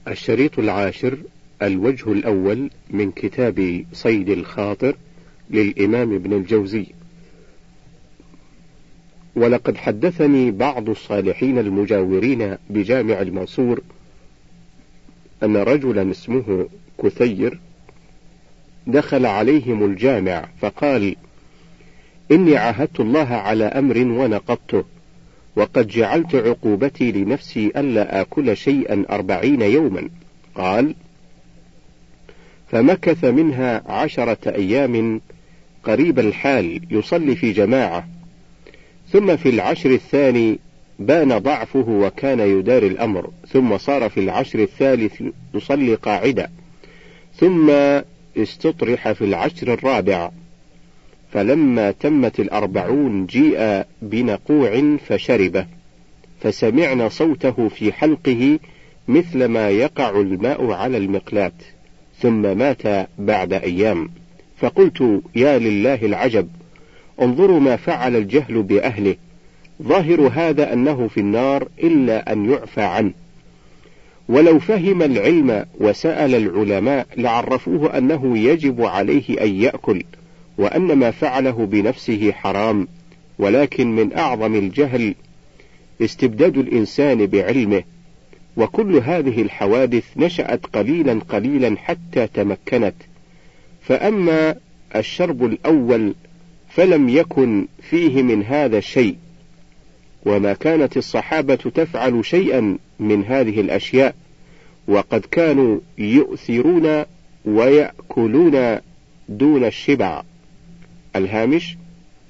الشريط العاشر، الوجه الأول من كتاب صيد الخاطر للإمام ابن الجوزي. ولقد حدثني بعض الصالحين المجاورين بجامع المنصور أن رجلا اسمه كثير دخل عليهم الجامع فقال: إني عاهدت الله على أمر ونقضته، وقد جعلت عقوبتي لنفسي ألا آكل شيئا 40 يوما. قال: فمكث منها 10 أيام قريب الحال يصلي في جماعة، ثم في العشر الثاني بان ضعفه وكان يدار الأمر، ثم صار في العشر الثالث يصلي قاعدة، ثم استطرح في العشر الرابع، فلما تمت 40 جيء بنقوع فشربه، فسمعنا صوته في حلقه مثل ما يقع الماء على المقلاة، ثم مات بعد أيام. فقلت: يا لله العجب، انظروا ما فعل الجهل بأهله، ظاهر هذا أنه في النار إلا أن يعفى عنه. ولو فهم العلم وسأل العلماء لعرفوه أنه يجب عليه أن يأكل، وأن ما فعله بنفسه حرام، ولكن من أعظم الجهل استبداد الإنسان بعلمه. وكل هذه الحوادث نشأت قليلا قليلا حتى تمكنت. فأما الشرب الأول فلم يكن فيه من هذا الشيء، وما كانت الصحابة تفعل شيئا من هذه الأشياء، وقد كانوا يؤثرون ويأكلون دون الشبع. الهامش: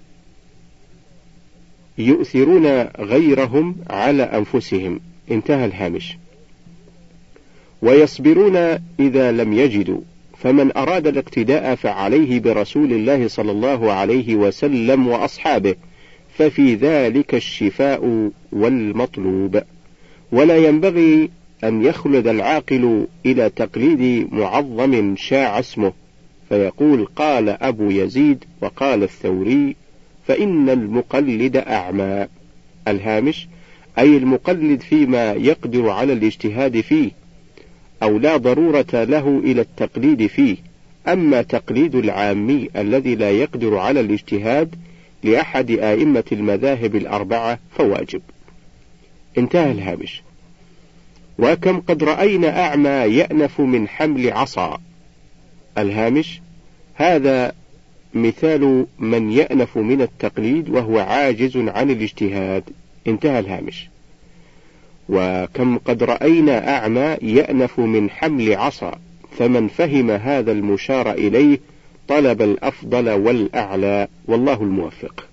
يؤثرون غيرهم على أنفسهم. انتهى الهامش. ويصبرون إذا لم يجدوا، فمن أراد الاقتداء فعليه برسول الله صلى الله عليه وسلم وأصحابه، ففي ذلك الشفاء والمطلوب. ولا ينبغي أن يخلد العاقل إلى تقليد معظم شاع اسمه، فيقول: قال أبو يزيد وقال الثوري، فإن المقلد أعمى. الهامش: أي المقلد فيما يقدر على الاجتهاد فيه، أو لا ضرورة له إلى التقليد فيه. أما تقليد العامي الذي لا يقدر على الاجتهاد لأحد آئمة المذاهب الأربعة فواجب. انتهى الهامش. وكم قد رأينا أعمى يأنف من حمل عصا. الهامش: هذا مثال من يأنف من التقليد وهو عاجز عن الاجتهاد. انتهى الهامش. وكم قد رأينا أعمى يأنف من حمل عصا، فمن فهم هذا المشار إليه طلب الأفضل والأعلى، والله الموفق.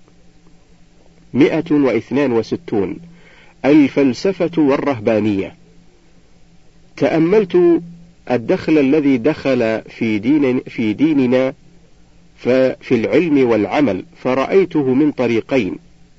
162. الفلسفة والرهبانية. تأملت الدخل الذي دخل في ديننا في العلم والعمل، فرأيته من طريقين.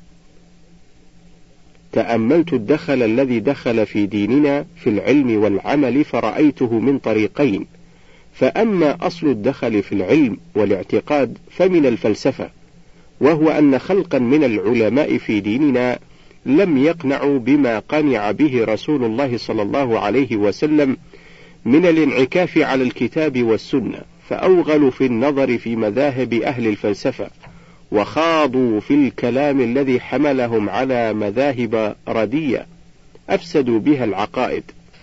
تأملت الدخل الذي دخل في ديننا في العلم والعمل فرأيته من طريقين. فأما أصل الدخل في العلم والاعتقاد فمن الفلسفة، وهو أن خلقا من العلماء في ديننا لم يقنعوا بما قنع به رسول الله صلى الله عليه وسلم من الانعكاف على الكتاب والسنة، فأوغلوا في النظر في مذاهب أهل الفلسفة، وخاضوا في الكلام الذي حملهم على مذاهب ردية أفسدوا بها العقائد.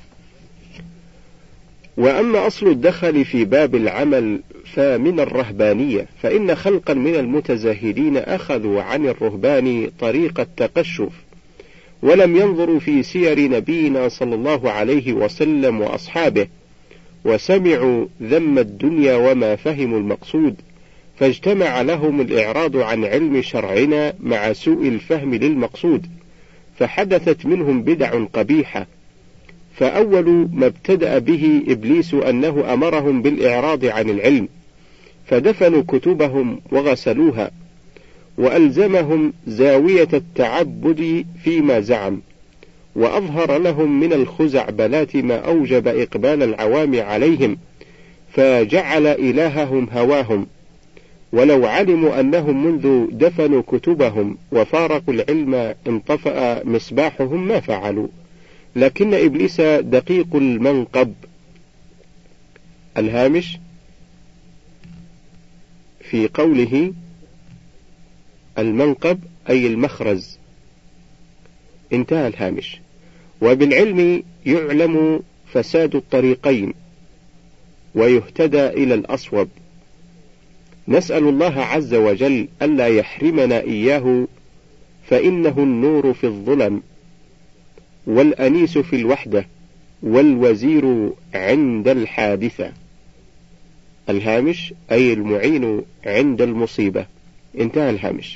وأما أصل الدخل في باب العمل فمن الرهبانية، فإن خلقا من المتزاهدين أخذوا عن الرهبان طريق التقشف، ولم ينظروا في سير نبينا صلى الله عليه وسلم وأصحابه، وسمعوا ذم الدنيا وما فهموا المقصود، فاجتمع لهم الإعراض عن علم شرعنا مع سوء الفهم للمقصود، فحدثت منهم بدع قبيحة. فأول ما ابتدأ به إبليس أنه أمرهم بالإعراض عن العلم، فدفنوا كتبهم وغسلوها، وألزمهم زاوية التعبد فيما زعم، وأظهر لهم من الخزعبلات ما أوجب إقبال العوام عليهم، فجعل إلههم هواهم. ولو علموا أنهم منذ دفنوا كتبهم وفارقوا العلم انطفأ مصباحهم ما فعلوا، لكن إبليس دقيق المنقب. الهامش في قوله المنقب أي المخرز. انتهى الهامش. وبالعلم يعلم فساد الطريقين ويهتدى إلى الأصوب. نسأل الله عز وجل ألا يحرمنا إياه، فإنه النور في الظلم والأنيس في الوحدة والوزير عند الحادثة. الهامش أي المعين عند المصيبة. انتهى الهامش.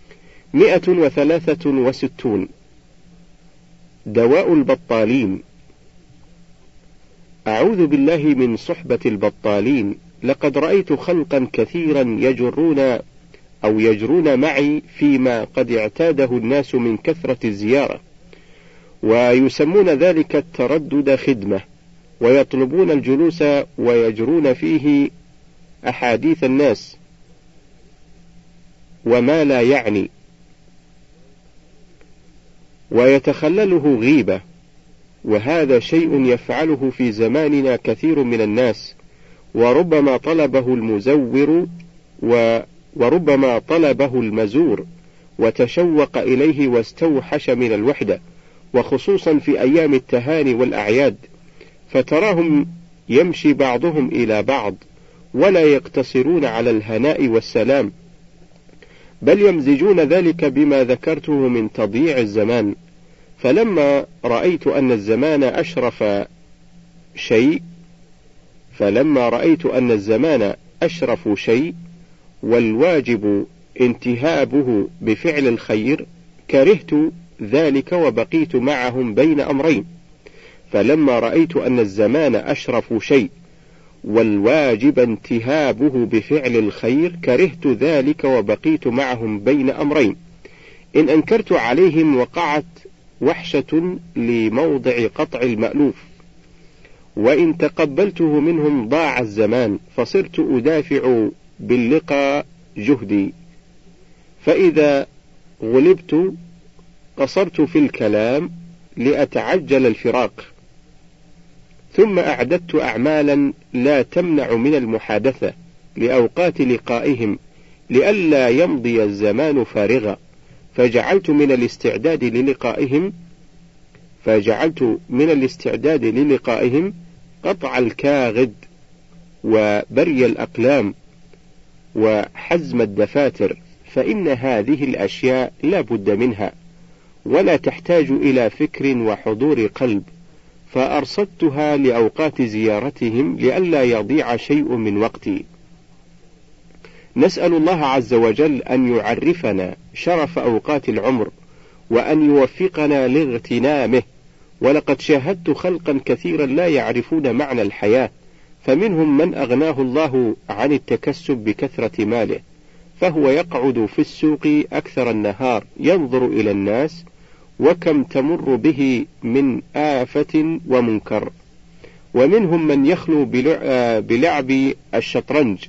163. دواء البطالين. أعوذ بالله من صحبة البطالين. لقد رأيت خلقا كثيرا يجرون معي فيما قد اعتاده الناس من كثرة الزيارة، ويسمون ذلك التردد خدمة، ويطلبون الجلوس ويجرون فيه أحاديث الناس وما لا يعني، ويتخلله غيبة. وهذا شيء يفعله في زماننا كثير من الناس، وربما طلبه المزور وربما طلبه المزور وتشوق إليه واستوحش من الوحدة، وخصوصا في أيام التهاني والأعياد، فتراهم يمشي بعضهم إلى بعض ولا يقتصرون على الهناء والسلام، بل يمزجون ذلك بما ذكرته من تضييع الزمان. فلما رأيت أن الزمان أشرف شيء والواجب انتهابه بفعل الخير، كرهت ذلك وبقيت معهم بين أمرين. فلما رأيت أن الزمان أشرف شيء والواجب انتهابه بفعل الخير، كرهت ذلك وبقيت معهم بين أمرين. إن أنكرت عليهم وقعت وحشة لموضع قطع المألوف، وإن تقبلته منهم ضاع الزمان، فصرت أدافع باللقاء جهدي، فإذا غلبت قصرت في الكلام لأتعجل الفراق، ثم أعددت أعمالا لا تمنع من المحادثة لأوقات لقائهم لئلا يمضي الزمان فارغا، فجعلت من الاستعداد للقائهم قطع الكاغد وبري الأقلام وحزم الدفاتر، فإن هذه الأشياء لا بد منها ولا تحتاج إلى فكر وحضور قلب، فأرصدتها لأوقات زيارتهم لئلا يضيع شيء من وقتي. نسأل الله عز وجل أن يعرفنا شرف أوقات العمر وأن يوفقنا لاغتنامه. ولقد شاهدت خلقا كثيرا لا يعرفون معنى الحياة، فمنهم من أغناه الله عن التكسب بكثرة ماله، فهو يقعد في السوق أكثر النهار ينظر إلى الناس وكم تمر به من آفة ومنكر. ومنهم من يخلو بلعب الشطرنج،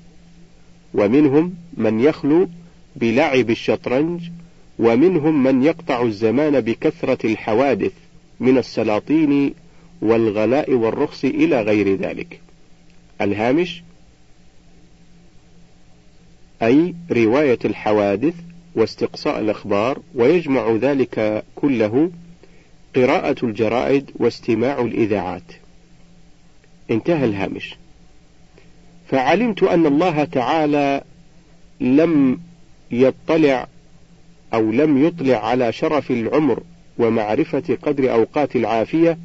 ومنهم من يقطع الزمان بكثرة الحوادث من السلاطين والغلاء والرخص إلى غير ذلك. الهامش أي رواية الحوادث واستقصاء الأخبار، ويجمع ذلك كله قراءة الجرائد واستماع الإذاعات. انتهى الهامش. فعلمت أن الله تعالى لم يطلع على شرف العمر ومعرفة قدر أوقات العافية،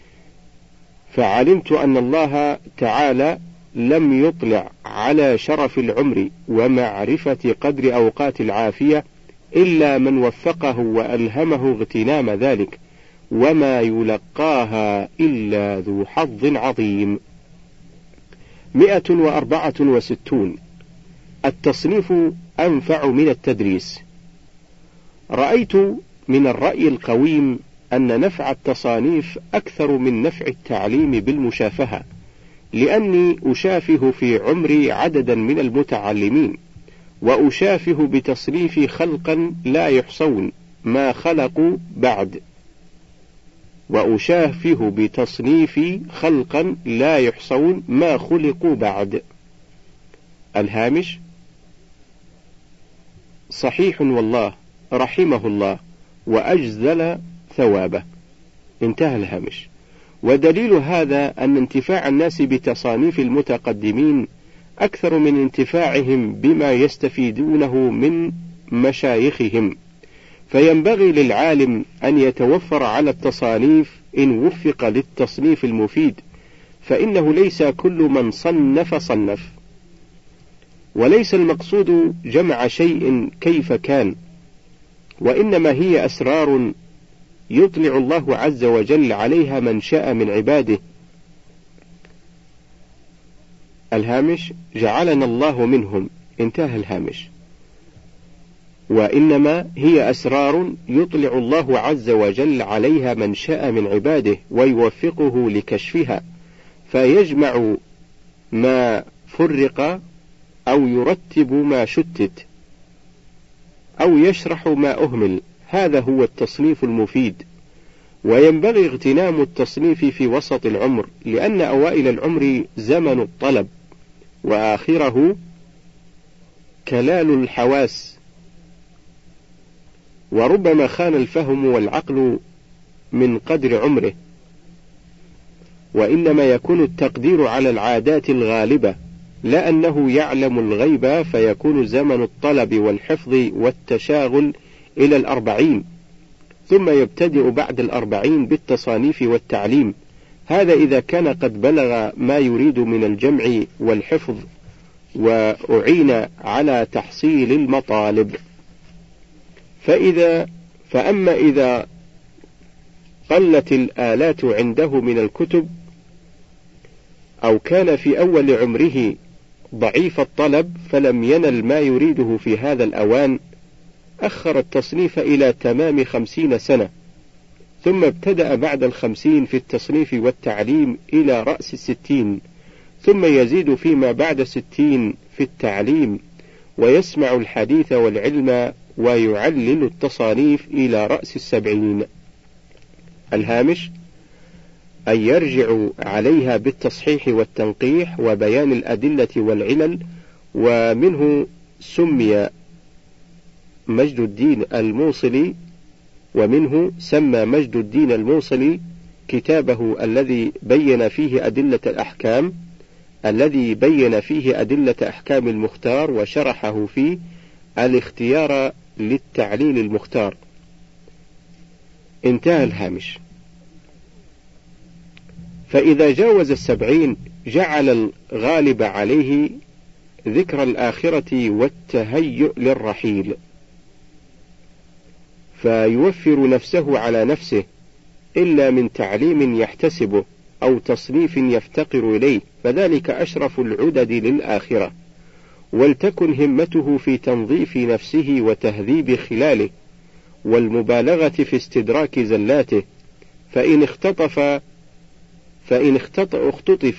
فعلمت أن الله تعالى لم يطلع على شرف العمر ومعرفة قدر أوقات العافية إلا من وفقه وألهمه اغتنام ذلك، وما يلقاها إلا ذو حظ عظيم. 164. التصنيف أنفع من التدريس. رأيت من الرأي القويم أن نفع التصانيف أكثر من نفع التعليم بالمشافهة، لأني أشافه في عمري عددا من المتعلمين، وأشافه بتصنيف خلقا لا يحصون ما خلقوا بعد. وأشافه بتصنيفي خلقا لا يحصون ما خلقوا بعد. الهامش: صحيح والله رحمه الله وأجزل ثوابه. انتهى الهامش. ودليل هذا أن انتفاع الناس بتصانيف المتقدمين أكثر من انتفاعهم بما يستفيدونه من مشايخهم، فينبغي للعالم أن يتوفر على التصانيف إن وفق للتصنيف المفيد، فإنه ليس كل من صنف، وليس المقصود جمع شيء كيف كان، وإنما هي أسرار يطلع الله عز وجل عليها من شاء من عباده. الهامش: جعلنا الله منهم. انتهى الهامش. وإنما هي أسرار يطلع الله عز وجل عليها من شاء من عباده ويوفقه لكشفها، فيجمع ما فرق أو يرتب ما شتت أو يشرح ما أهمل. هذا هو التصنيف المفيد. وينبغي اغتنام التصنيف في وسط العمر، لأن أوائل العمر زمن الطلب، وآخره كلال الحواس، وربما خان الفهم والعقل من قدر عمره، وإنما يكون التقدير على العادات الغالبة، لا أنه يعلم الغيب، فيكون زمن الطلب والحفظ والتشاغل إلى 40، ثم يبتدئ بعد 40 بالتصانيف والتعليم. هذا إذا كان قد بلغ ما يريد من الجمع والحفظ وأعين على تحصيل المطالب. فأما إذا قلت الآلات عنده من الكتب، أو كان في أول عمره ضعيف الطلب فلم ينل ما يريده في هذا الأوان، أخر التصنيف إلى تمام 50 سنة، ثم ابتدأ بعد 50 في التصنيف والتعليم إلى رأس 60، ثم يزيد فيما بعد 60 في التعليم، ويسمع الحديث والعلم ويعلل التصانيف إلى رأس 70. الهامش: أن يرجع عليها بالتصحيح والتنقيح وبيان الأدلة والعلل. ومنه سمى مجد الدين الموصلي كتابه الذي بين فيه أدلة أحكام المختار، وشرحه فيه الاختيار للتعليل المختار. انتهى الهامش. فإذا جاوز 70 جعل الغالب عليه ذكر الآخرة والتهيؤ للرحيل، فيوفر نفسه على نفسه، إلا من تعليم يحتسبه أو تصنيف يفتقر إليه، فذلك أشرف العدد للآخرة. ولتكن همته في تنظيف نفسه وتهذيب خلاله، والمبالغة في استدراك زلاته، فإن اختطف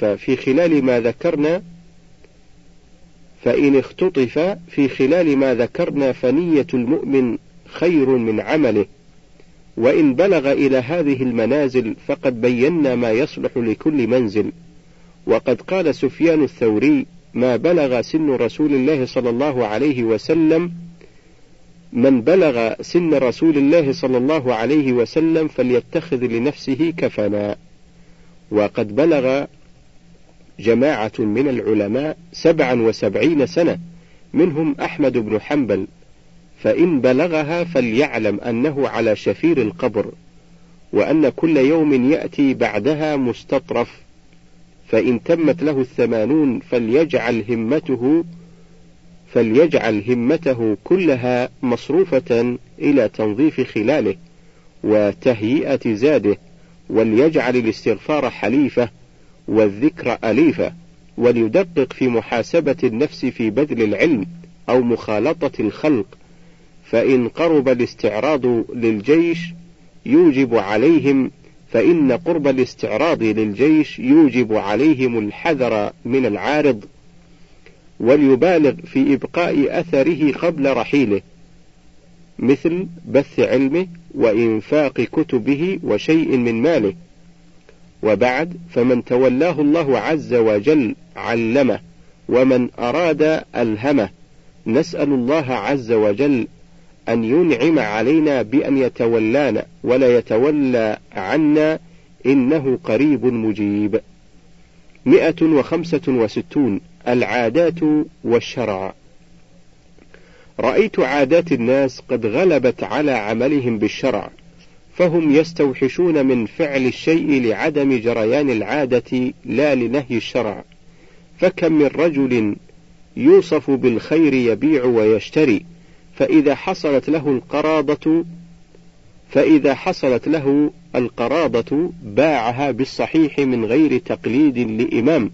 في خلال ما ذكرنا فنية المؤمن خير من عمله. وإن بلغ إلى هذه المنازل فقد بينا ما يصلح لكل منزل. وقد قال سفيان الثوري: ما بلغ سن رسول الله صلى الله عليه وسلم من بلغ سن رسول الله صلى الله عليه وسلم فليتخذ لنفسه كفنا. وقد بلغ جماعة من العلماء 77 سنة، منهم أحمد بن حنبل، فإن بلغها فليعلم أنه على شفير القبر، وأن كل يوم يأتي بعدها مستطرف، فإن تمت له 80 فليجعل همته كلها مصروفة إلى تنظيف خلاله وتهيئة زاده، وليجعل الاستغفار حليفة والذكر أليفة، وليدقق في محاسبة النفس في بذل العلم أو مخالطة الخلق، فإن قرب الاستعراض للجيش يوجب عليهم الحذر من العارض، وليبالغ في إبقاء أثره قبل رحيله، مثل بث علمه وإنفاق كتبه وشيء من ماله. وبعد، فمن تولاه الله عز وجل علمه، ومن أراد ألهمه. نسأل الله عز وجل أن ينعم علينا بأن يتولانا ولا يتولى عنا، إنه قريب مجيب. 165. العادات والشرع. رأيت عادات الناس قد غلبت على عملهم بالشرع، فهم يستوحشون من فعل الشيء لعدم جريان العادة لا لنهي الشرع. فكم من رجل يوصف بالخير يبيع ويشتري، فإذا حصلت له القراضة باعها بالصحيح من غير تقليد لإمام.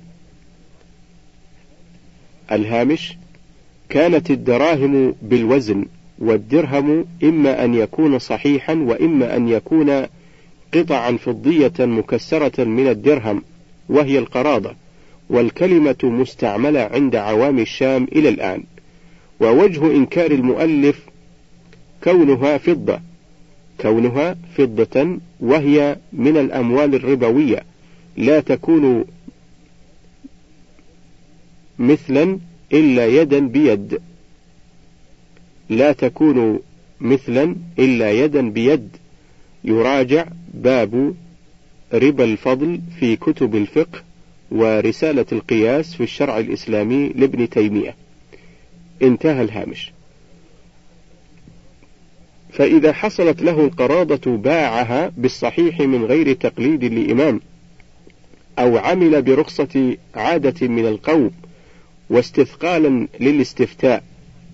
الهامش: كانت الدراهم بالوزن، والدرهم إما أن يكون صحيحا وإما أن يكون قطعا فضية مكسرة من الدرهم، وهي القراضة، والكلمة مستعملة عند عوام الشام إلى الآن. ووجه إنكار المؤلف كونها فضة، وهي من الأموال الربوية، لا تكون مثلا إلا يدا بيد. يراجع باب ربا الفضل في كتب الفقه، ورسالة القياس في الشرع الإسلامي لابن تيمية. انتهى الهامش. فإذا حصلت له القراضة باعها بالصحيح من غير تقليد لإمام، أو عمل برخصة عادة من القوم واستثقالا للاستفتاء.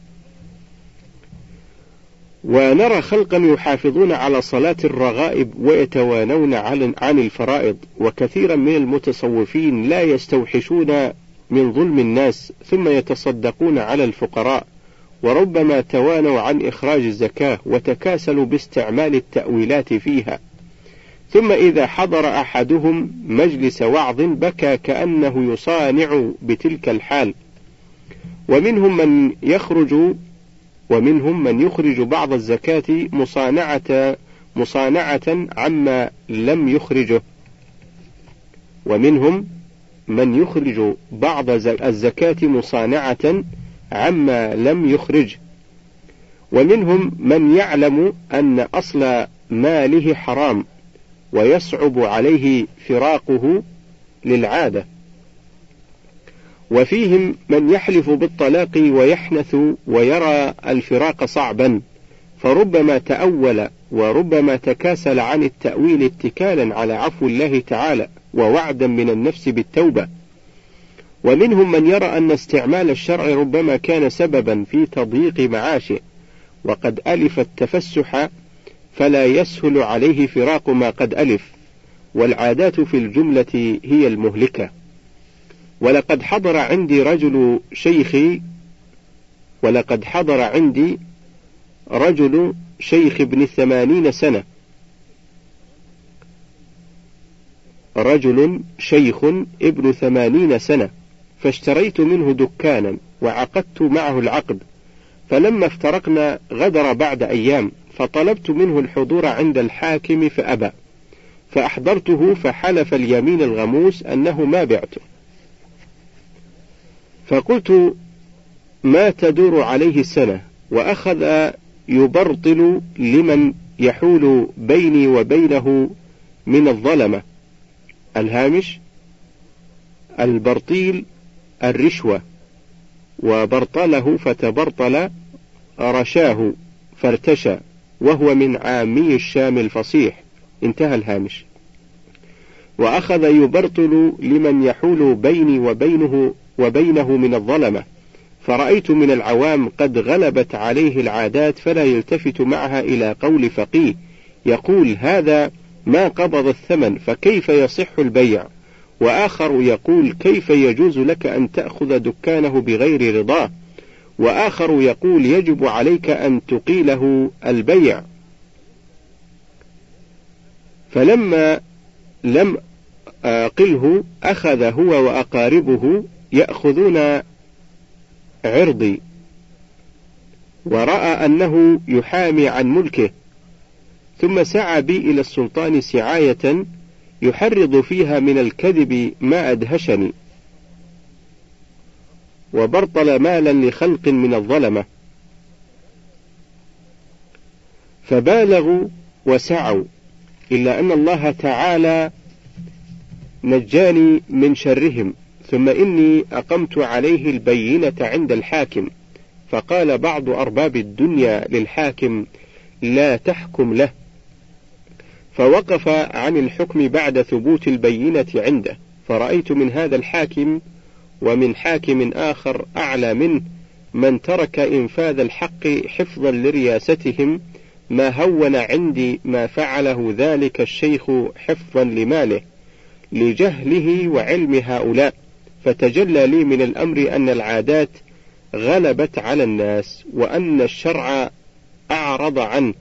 ونرى خلقا يحافظون على صلاة الرغائب ويتوانون عن الفرائض، وكثيرا من المتصوفين لا يستوحشون من ظلم الناس ثم يتصدقون على الفقراء، وربما توانوا عن إخراج الزكاة وتكاسلوا باستعمال التأويلات فيها. ثم إذا حضر أحدهم مجلس وعظ بكى كأنه يصانع بتلك الحال. ومنهم من يخرج بعض الزكاة مصانعة عما لم يخرجه. ومنهم من يخرج بعض الزكاة مصانعة عما لم يخرج. ومنهم من يعلم أن أصل ماله حرام ويصعب عليه فراقه للعادة. وفيهم من يحلف بالطلاق ويحنث ويرى الفراق صعبا، فربما تأول وربما تكاسل عن التأويل اتكالا على عفو الله تعالى ووعدا من النفس بالتوبة. ومنهم من يرى أن استعمال الشرع ربما كان سببا في تضييق معاشه، وقد ألف التفسح فلا يسهل عليه فراق ما قد ألف، والعادات في الجملة هي المهلكة. ولقد حضر عندي رجل شيخ ابن 80 سنة، رجل شيخ ابن 80 سنة، فاشتريت منه دكانا وعقدت معه العقد، فلما افترقنا غدر بعد أيام، فطلبت منه الحضور عند الحاكم فأبى، فأحضرته فحلف اليمين الغموس أنه ما بعته. فقلت: ما تدور عليه السنة؟ وأخذ يبرطل لمن يحول بيني وبينه من الظلمة. الهامش: البرطيل الرشوة، وبرطله فتبرطل، رشاه فارتشى، وهو من عامي الشام الفصيح. انتهى الهامش. وأخذ يبرطل لمن يحول بيني وبينه من الظلمة، فرأيت من العوام قد غلبت عليه العادات فلا يلتفت معها إلى قول فقيه يقول: هذا ما قبض الثمن فكيف يصح البيع؟ وآخر يقول: كيف يجوز لك أن تأخذ دكانه بغير رضاه؟ وآخر يقول: يجب عليك أن تقيله البيع. فلما لم أقله أخذ هو وأقاربه يأخذون عرضي، ورأى أنه يحامي عن ملكه، ثم سعى بي إلى السلطان سعاية يحرض فيها من الكذب ما أدهشني، وبرطل مالا لخلق من الظلمة، فبالغوا وسعوا، إلا أن الله تعالى نجاني من شرهم. ثم إني أقمت عليه البينة عند الحاكم، فقال بعض أرباب الدنيا للحاكم: لا تحكم له، فوقف عن الحكم بعد ثبوت البينة عنده. فرأيت من هذا الحاكم ومن حاكم آخر أعلى منه من ترك إنفاذ الحق حفظا لرياستهم، ما هون عندي ما فعله ذلك الشيخ حفظا لماله لجهله وعلم هؤلاء. فتجلى لي من الأمر أن العادات غلبت على الناس، وأن الشرع أعرض عنه،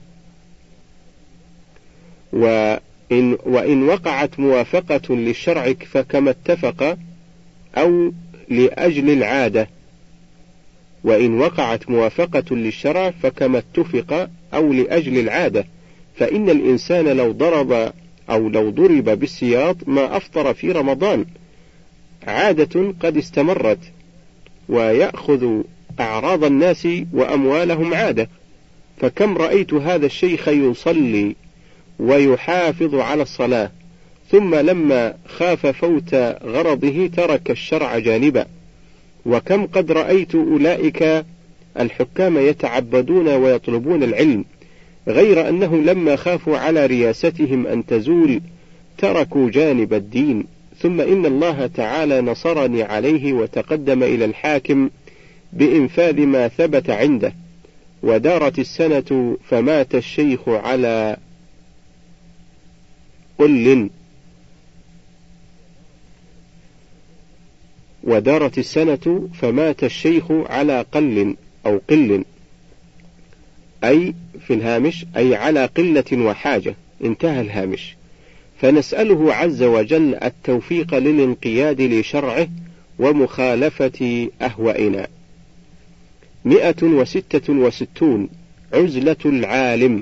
وإن وقعت موافقة للشرع فكما اتفق أو لأجل العادة، وإن وقعت موافقة للشرع فكما اتفق أو لأجل العادة. فإن الإنسان لو ضرب بالسياط ما أفطر في رمضان، عادة قد استمرت، ويأخذ أعراض الناس وأموالهم عادة. فكم رأيت هذا الشيخ يصلي ويحافظ على الصلاة، ثم لما خاف فوت غرضه ترك الشرع جانبا. وكم قد رأيت أولئك الحكام يتعبدون ويطلبون العلم، غير أنهم لما خافوا على رياستهم أن تزول تركوا جانب الدين. ثم إن الله تعالى نصرني عليه وتقدم إلى الحاكم بإنفاذ ما ثبت عنده. ودارت السنة فمات الشيخ على قل أو قل، أي في الهامش أي على قلة وحاجة، انتهى الهامش. فنسأله عز وجل التوفيق للانقياد لشرعه ومخالفة أهوائنا. 166 عزلة العالم.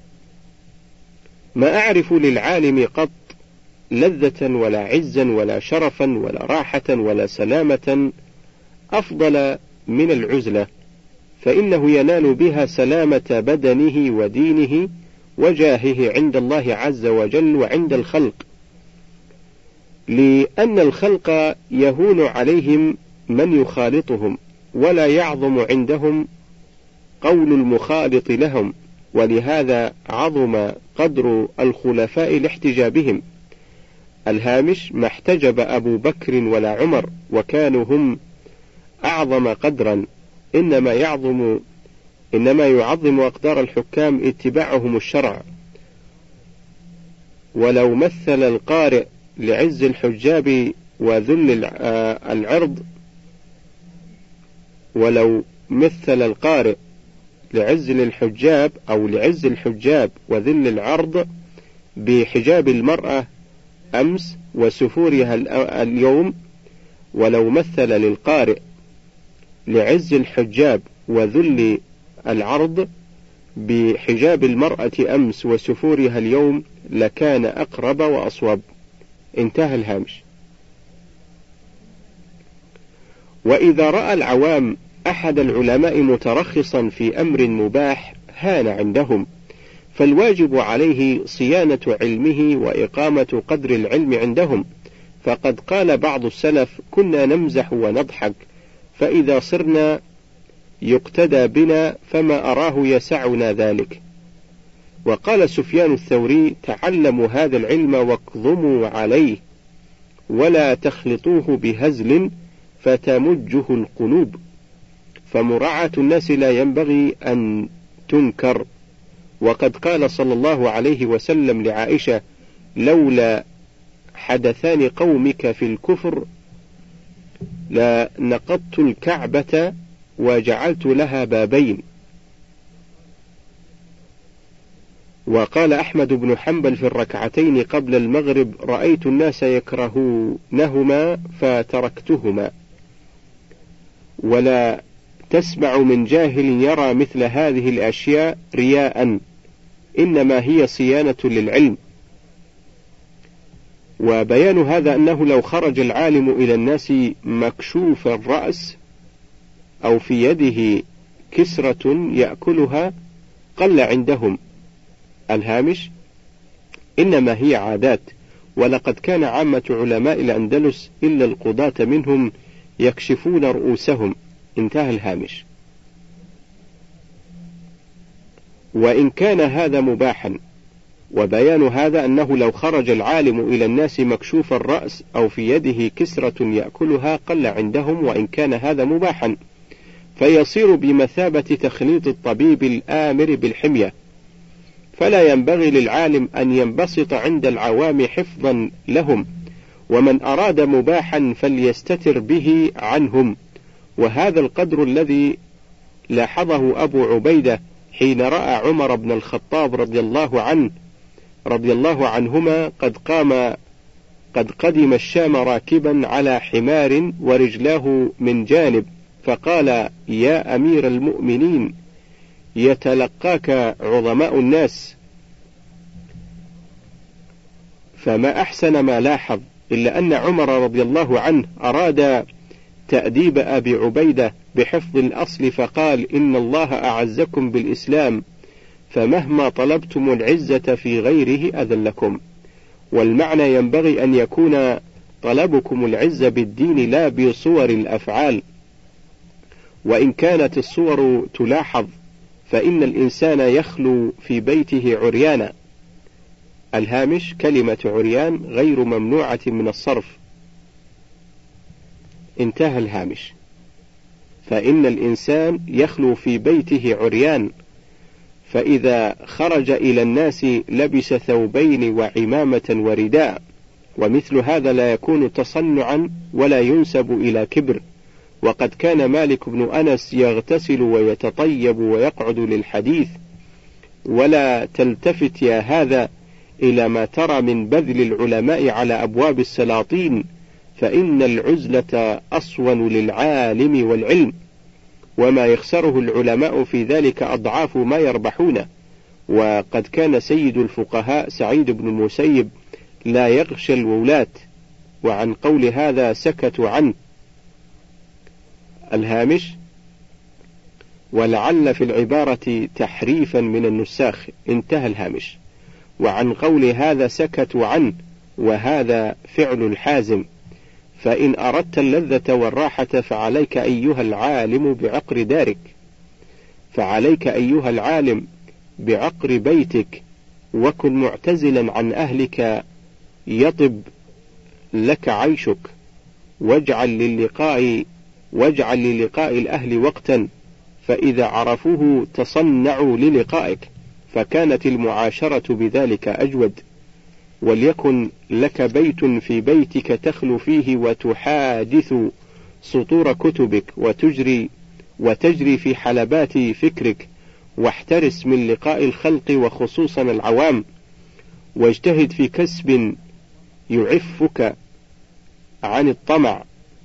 ما أعرف للعالم قط لذة ولا عزا ولا شرفا ولا راحة ولا سلامة أفضل من العزلة، فإنه ينال بها سلامة بدنه ودينه وجاهه عند الله عز وجل وعند الخلق، لأن الخلق يهون عليهم من يخالطهم، ولا يعظم عندهم قول المخالط لهم، ولهذا عظم قدر الخلفاء لاحتجابهم. الهامش: ما احتجب أبو بكر ولا عمر، وكانوا هم أعظم قدرا، إنما يعظم أقدار الحكام اتباعهم الشرع. ولو مثل القارئ لعز الحجاب وذل العرض لعز الحجاب وذل العرض بحجاب المرأة أمس وسفورها اليوم، ولو مثل للقارئ لعز الحجاب وذل العرض بحجاب المرأة أمس وسفورها اليوم لكان أقرب وأصوب. انتهى الهامش. وإذا رأى العوام أحد العلماء مترخصا في أمر مباح هان عندهم، فالواجب عليه صيانة علمه وإقامة قدر العلم عندهم. فقد قال بعض السلف: كنا نمزح ونضحك، فإذا صرنا يقتدى بنا فما أراه يسعنا ذلك. وقال سفيان الثوري: تعلموا هذا العلم واكظموا عليه، ولا تخلطوه بهزل فتمجه القلوب، فمراعاة الناس لا ينبغي أن تنكر. وقد قال صلى الله عليه وسلم لعائشة: لولا حدثان قومك في الكفر لنقضت الكعبة وجعلت لها بابين. وقال أحمد بن حنبل في الركعتين قبل المغرب: رأيت الناس يكرهونهما فتركتهما. ولا تسمع من جاهل يرى مثل هذه الأشياء رياء، إنما هي صيانة للعلم. وبيان هذا أنه لو خرج العالم إلى الناس مكشوف الرأس أو في يده كسرة يأكلها قل عندهم. الهامش: إنما هي عادات، ولقد كان عامة علماء الأندلس إلا القضاة منهم يكشفون رؤوسهم. انتهى الهامش. وإن كان هذا مباحا، وبيان هذا أنه لو خرج العالم إلى الناس مكشوف الرأس أو في يده كسرة يأكلها قل عندهم، وإن كان هذا مباحا فيصير بمثابة تخليط الطبيب الآمر بالحمية، فلا ينبغي للعالم أن ينبسط عند العوام حفظا لهم، ومن أراد مباحا فليستتر به عنهم. وهذا القدر الذي لاحظه أبو عبيدة حين رأى عمر بن الخطاب رضي الله عنهما قد قدم الشام راكبا على حمار ورجلاه من جانب، فقال: يا أمير المؤمنين، يتلقاك عظماء الناس. فما أحسن ما لاحظ، إلا أن عمر رضي الله عنه أراد تأديب أبي عبيدة بحفظ الأصل، فقال: إن الله أعزكم بالإسلام، فمهما طلبتم العزة في غيره أذلكم. والمعنى ينبغي أن يكون طلبكم العزة بالدين لا بصور الأفعال، وإن كانت الصور تلاحظ فإن الإنسان يخلو في بيته عريانا. الهامش: كلمة عريان غير ممنوعة من الصرف. انتهى الهامش. فإن الإنسان يخلو في بيته عريان، فإذا خرج إلى الناس لبس ثوبين وعمامة ورداء، ومثل هذا لا يكون تصنعا ولا ينسب إلى كبر. وقد كان مالك بن أنس يغتسل ويتطيب ويقعد للحديث. ولا تلتفت يا هذا إلى ما ترى من بذل العلماء على أبواب السلاطين، فإن العزلة أصون للعالم والعلم، وما يخسره العلماء في ذلك أضعاف ما يربحونه. وقد كان سيد الفقهاء سعيد بن المسيب لا يغشى الولاة، وعن قول هذا سكتوا عنه. الهامش: ولعل في العبارة تحريفا من النساخ. انتهى الهامش. وعن قول هذا سكتوا عنه، وهذا فعل الحازم. فإن أردت اللذة والراحة فعليك أيها العالم بعقر دارك، فعليك أيها العالم بعقر بيتك، وكن معتزلا عن أهلك يطب لك عيشك، واجعل للقاء الأهل وقتا، فإذا عرفوه تصنعوا للقائك، فكانت المعاشرة بذلك أجود. وليكن لك بيت في بيتك تخلو فيه وتحادث سطور كتبك وتجري في حلبات فكرك، واحترس من لقاء الخلق وخصوصا العوام، واجتهد في كسب يعفك عن الطمع،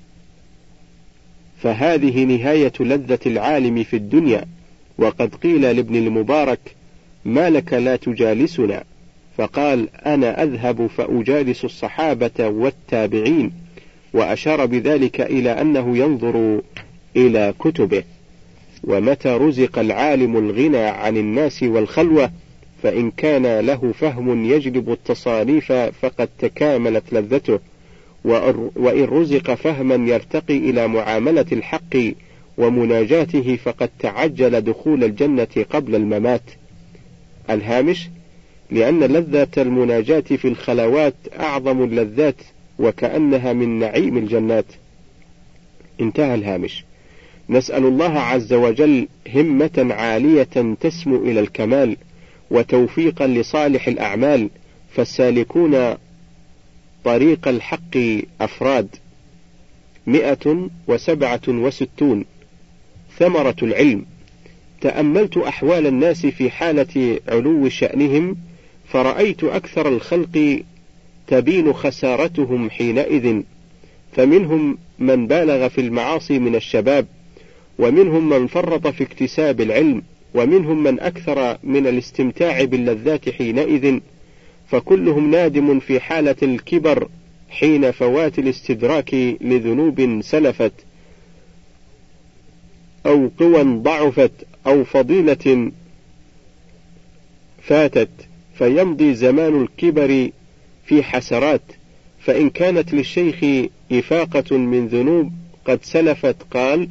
فهذه نهاية لذة العالم في الدنيا. وقد قيل لابن المبارك: ما لك لا تجالسنا؟ فقال: أنا أذهب فأجالس الصحابة والتابعين، وأشار بذلك إلى أنه ينظر إلى كتبه. ومتى رزق العالم الغنى عن الناس والخلوة، فإن كان له فهم يجلب التصانيف فقد تكاملت لذته، وإن رزق فهما يرتقي إلى معاملة الحق ومناجاته فقد تعجل دخول الجنة قبل الممات. الهامش: لأن لذة المناجاة في الخلوات أعظم اللذات، وكأنها من نعيم الجنات. انتهى الهامش. نسأل الله عز وجل همة عالية تسمو إلى الكمال، وتوفيقا لصالح الأعمال، فالسالكون طريق الحق أفراد. 167. ثمرة العلم. تأملت أحوال الناس في حالة علو شأنهم، فرأيت أكثر الخلق تبين خسارتهم حينئذ، فمنهم من بالغ في المعاصي من الشباب، ومنهم من فرط في اكتساب العلم، ومنهم من أكثر من الاستمتاع باللذات حينئذ، فكلهم نادم في حالة الكبر حين فوات الاستدراك لذنوب سلفت أو قوى ضعفت أو فضيلة فاتت، فيمضي زمان الكبر في حسرات. فإن كانت للشيخ إفاقة من ذنوب قد سلفت قال: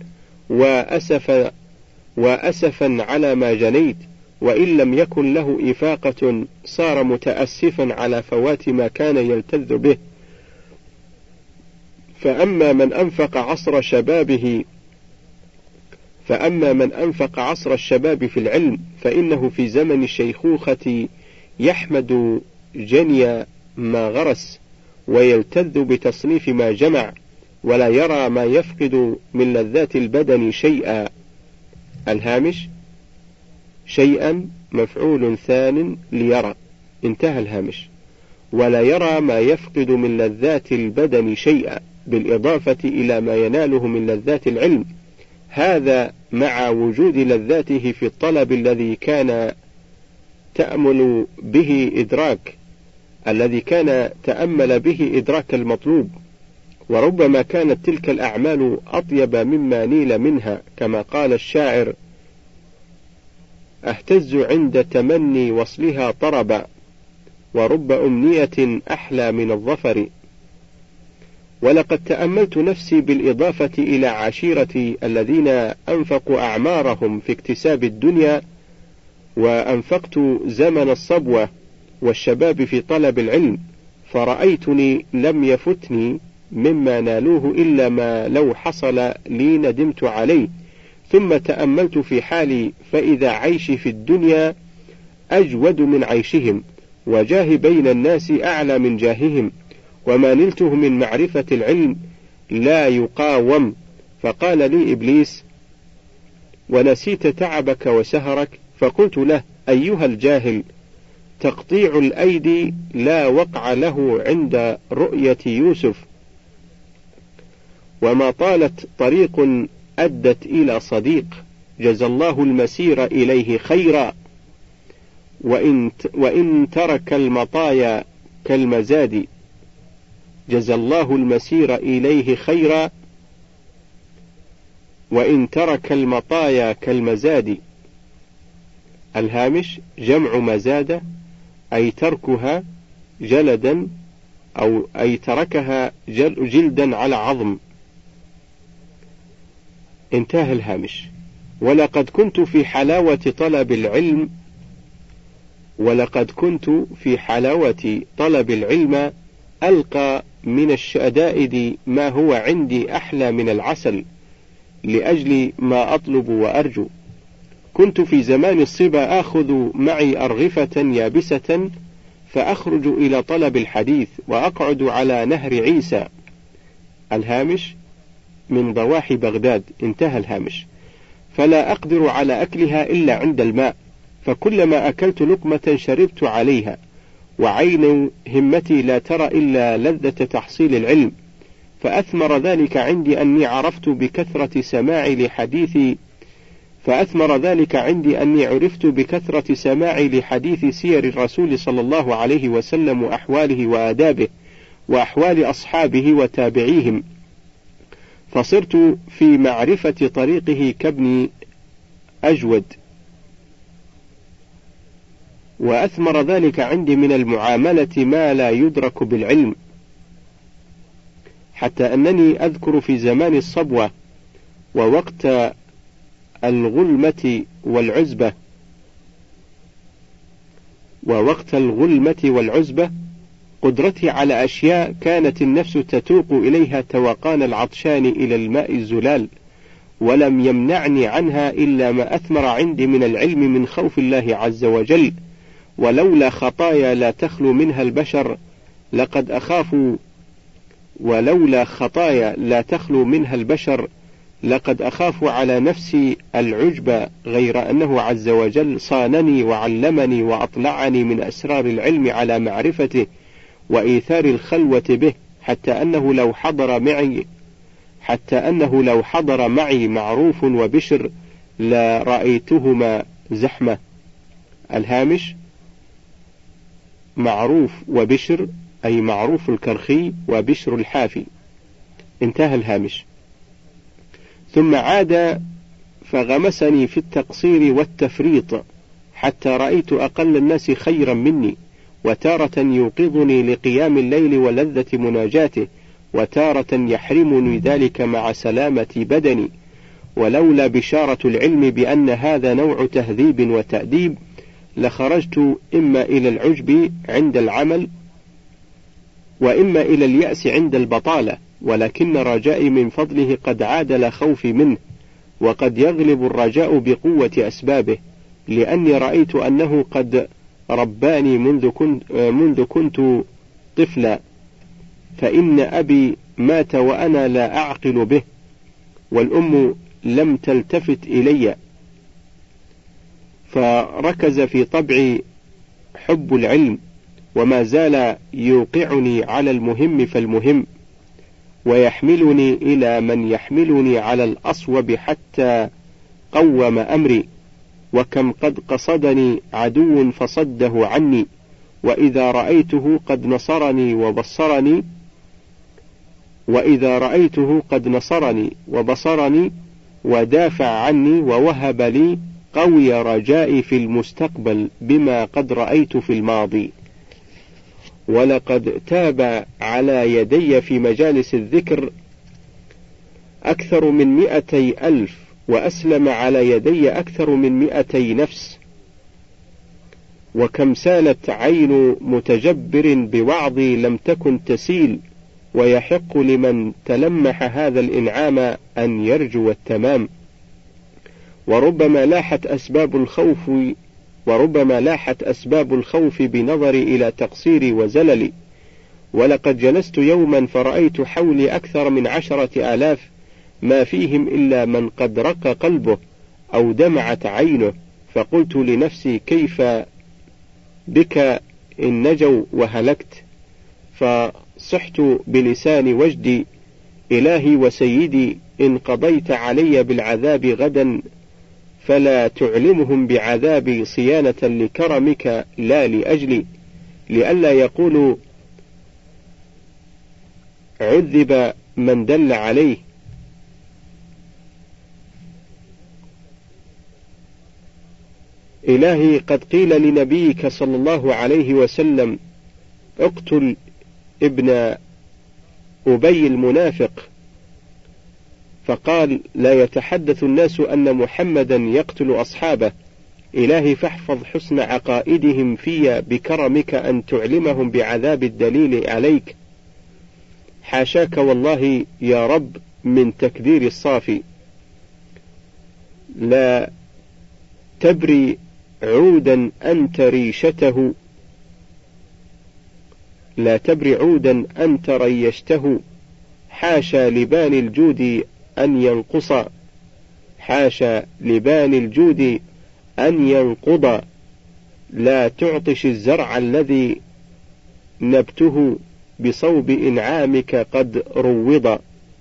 وأسفا على ما جنيت. وإن لم يكن له إفاقة صار متأسفا على فوات ما كان يلتذ به. فأما من أنفق عصر الشباب في العلم فإنه في زمن الشيخوخة يحمد جني ما غرس، ويلتذ بتصنيف ما جمع، ولا يرى ما يفقد من لذات البدن شيئا. الهامش: شيئا مفعول ثان ليرى، انتهى الهامش. ولا يرى ما يفقد من لذات البدن شيئا، بالإضافة إلى ما يناله من لذات العلم، هذا مع وجود لذاته في الطلب الذي كان تأمل به إدراك المطلوب. وربما كانت تلك الأعمال أطيب مما نيل منها، كما قال الشاعر: أهتز عند تمني وصلها طربا، ورب أمنية أحلى من الظفر. ولقد تأملت نفسي بالإضافة إلى عشيرتي الذين أنفقوا أعمارهم في اكتساب الدنيا، وأنفقت زمن الصبوة والشباب في طلب العلم، فرأيتني لم يفتني مما نالوه إلا ما لو حصل لي ندمت عليه. ثم تأملت في حالي، فإذا عيشي في الدنيا أجود من عيشهم، وجاهي بين الناس أعلى من جاههم، وما نلته من معرفة العلم لا يقاوم. فقال لي إبليس: ونسيت تعبك وسهرك؟ فقلت له: أيها الجاهل، تقطيع الأيدي لا وقع له عند رؤية يوسف، وما طالت طريق أدت إلى صديق، جزى الله المسير إليه خيرا، وإن ترك المطايا كالمزاد، جزى الله المسير إليه خيرا، وإن ترك المطايا كالمزاد. الهامش: جمع مزادة، أي تركها جلدا، أو أي تركها جلدا على عظم. انتهى الهامش. ولقد كنت في حلاوة طلب العلم ألقى من الشدائد ما هو عندي أحلى من العسل، لأجل ما أطلب وأرجو. كنت في زمان الصبا آخذ معي أرغفة يابسة، فأخرج إلى طلب الحديث، وأقعد على نهر عيسى. الهامش: من ضواحي بغداد. انتهى الهامش. فلا أقدر على أكلها إلا عند الماء، فكلما أكلت لقمة شربت عليها، وعين همتي لا ترى إلا لذة تحصيل العلم. فأثمر ذلك عندي أني عرفت بكثرة سماعي لحديث سير الرسول صلى الله عليه وسلم وأحواله وآدابه وأحوال أصحابه وتابعيهم، فصرت في معرفة طريقه كابن أجود. وأثمر ذلك عندي من المعاملة ما لا يدرك بالعلم، حتى أنني أذكر في زمان الصبوة ووقت الغلمة والعزبة قدرتي على أشياء كانت النفس تتوق إليها توقان العطشان إلى الماء الزلال، ولم يمنعني عنها إلا ما أثمر عندي من العلم من خوف الله عز وجل. ولولا خطايا لا تخلو منها البشر لقد أخاف على نفسي العجب، غير أنه عز وجل صانني وعلمني وأطلعني من أسرار العلم على معرفته وإيثار الخلوة به، حتى أنه لو حضر معي معروف وبشر لا رأيتهما زحمة. الهامش معروف وبشر، أي معروف الكرخي وبشر الحافي. انتهى الهامش. ثم عاد فغمسني في التقصير والتفريط حتى رأيت أقل الناس خيرا مني، وتارة يوقظني لقيام الليل ولذة مناجاته، وتارة يحرمني ذلك مع سلامة بدني. ولولا بشارة العلم بأن هذا نوع تهذيب وتأديب لخرجت إما إلى العجب عند العمل، وإما إلى اليأس عند البطالة، ولكن رجائي من فضله قد عادل خوفي منه، وقد يغلب الرجاء بقوة أسبابه، لأني رأيت أنه قد رباني منذ كنت طفلا، فإن أبي مات وأنا لا أعقل به، والأم لم تلتفت إلي، فركز في طبعي حب العلم، وما زال يوقعني على المهم فالمهم، ويحملني إلى من يحملني على الأصوب حتى قوم أمري. وكم قد قصدني عدو فصده عني، وإذا رأيته قد نصرني وبصرني ودافع عني ووهب لي قوي رجائي في المستقبل بما قد رأيت في الماضي. ولقد تاب على يدي في مجالس الذكر أكثر من 200,000، وأسلم على يدي أكثر من 200 نفس. وكم سالت عين متجبر بوعظي لم تكن تسيل، ويحق لمن تلمح هذا الإنعام أن يرجو التمام. وربما لاحت أسباب الخوف بنظري إلى تقصيري وزللي. ولقد جلست يوما فرأيت حولي أكثر من 10,000، ما فيهم إلا من قد رق قلبه أو دمعت عينه، فقلت لنفسي كيف بك إن نجوا وهلكت، فصحت بلسان وجدي إلهي وسيدي إن قضيت علي بالعذاب غدا فلا تعلمهم بعذابي صيانة لكرمك لا لأجلي، لئلا يقولوا عذب من دل عليه. إلهي قد قيل لنبيك صلى الله عليه وسلم اقتل ابن أبي المنافق، فقال لا يتحدث الناس أن محمدا يقتل أصحابه. إلهي فاحفظ حسن عقائدهم في بكرمك أن تعلمهم بعذاب الدليل عليك. حاشاك والله يا رب من تكدير الصافي. لا تبري عودا أنت ريشته، لا تبري عودا أنت ريشته، حاشا لبان الجود أن ينقص، حاشا لبان الجود أن ينقض. لا تعطش الزرع الذي نبته بصوب إنعامك قد روض.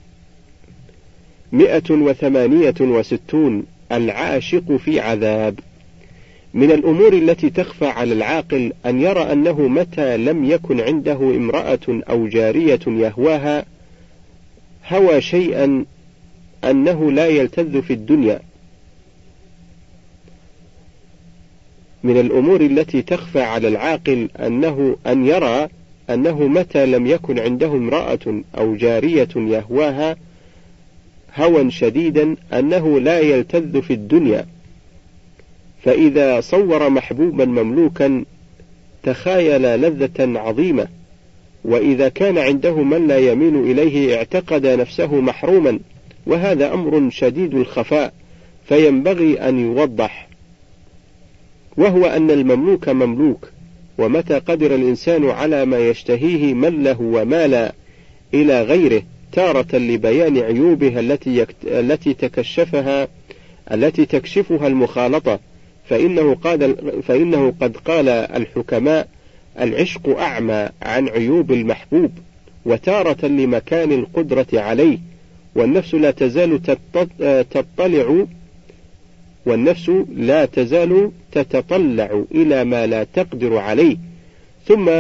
168. العاشق في عذاب. من الأمور التي تخفى على العاقل أن يرى أنه متى لم يكن عنده امرأة أو جارية يهواها هوى شيئا أنه لا يلتذ في الدنيا. من الأمور التي تخفى على العاقل أن يرى أنه متى لم يكن عنده امرأة أو جارية يهواها هوى شديدا أنه لا يلتذ في الدنيا، فإذا صور محبوبا مملوكا تخايل لذة عظيمة، وإذا كان عنده من لا يميل إليه اعتقد نفسه محروما، وهذا أمر شديد الخفاء فينبغي أن يوضح، وهو أن المملوك مملوك، ومتى قدر الإنسان على ما يشتهيه مله ومال إلى غيره تارة لبيان عيوبها التي تكشفها المخالطة، فإنه قد قال الحكماء العشق أعمى عن عيوب المحبوب، وتارة لمكان القدرة عليه، والنفس لا تزال تطلع والنفس لا تزال تتطلع إلى ما لا تقدر عليه، ثم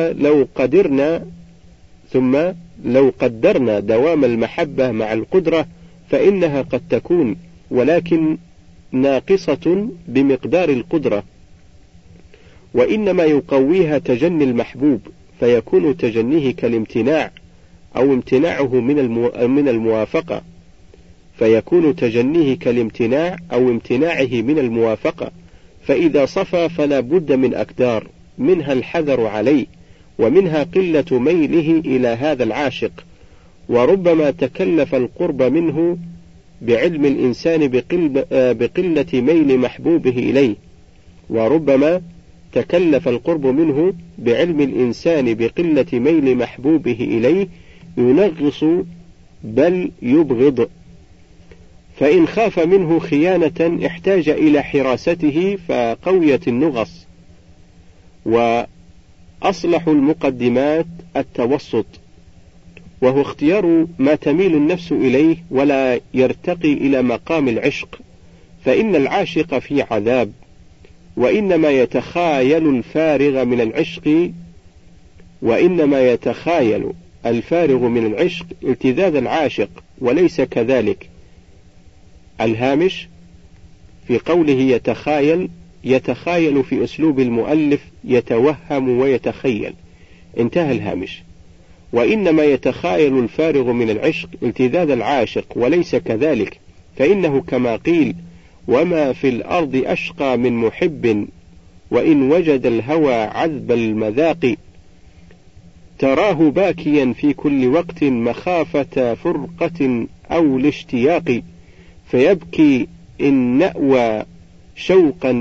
لو قدرنا دوام المحبة مع القدرة فإنها قد تكون، ولكن ناقصة بمقدار القدرة، وإنما يقويها تجني المحبوب، فيكون تجنيه كالامتناع أو امتناعه من الموافقة، من الموافقة، فإذا صفى فلا بد من أقدار، منها الحذر عليه، ومنها قلة ميله إلى هذا العاشق، وربما تكلف القرب منه بعلم الإنسان بقلة ميل محبوبه إليه، ينغص بل يبغض، فإن خاف منه خيانة احتاج إلى حراسته فقويت النغص. وأصلح المقدمات التوسط، وهو اختيار ما تميل النفس إليه ولا يرتقي إلى مقام العشق، فإن العاشق في عذاب، وإنما يتخايل الفارغ من العشق التذاذ العاشق، وليس كذلك. الهامش في قوله يتخايل في أسلوب المؤلف يتوهم ويتخيل، انتهى الهامش. وإنما يتخايل الفارغ من العشق التذاذ العاشق، وليس كذلك، فإنه كما قيل: وما في الأرض أشقى من محب، وإن وجد الهوى عذب المذاق، تراه باكيا في كل وقت مخافة فرقة أو الاشتياق، فيبكي إن نأوا شوقا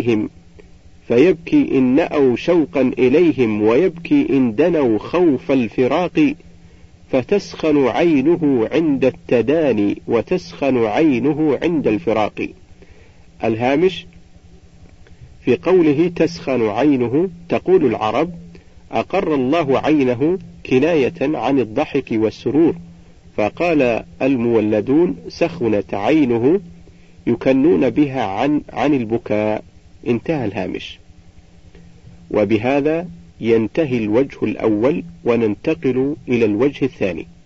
إليهم، ويبكي إن دنوا خوف الفراق، فتسخن عينه عند التداني، وتسخن عينه عند الفراق. الهامش في قوله تسخن عينه، تقول العرب: أقر الله عينه، كناية عن الضحك والسرور، فقال المولدون: سخنت عينه، يكنون بها عن البكاء، انتهى الهامش. وبهذا ينتهي الوجه الأول، وننتقل إلى الوجه الثاني.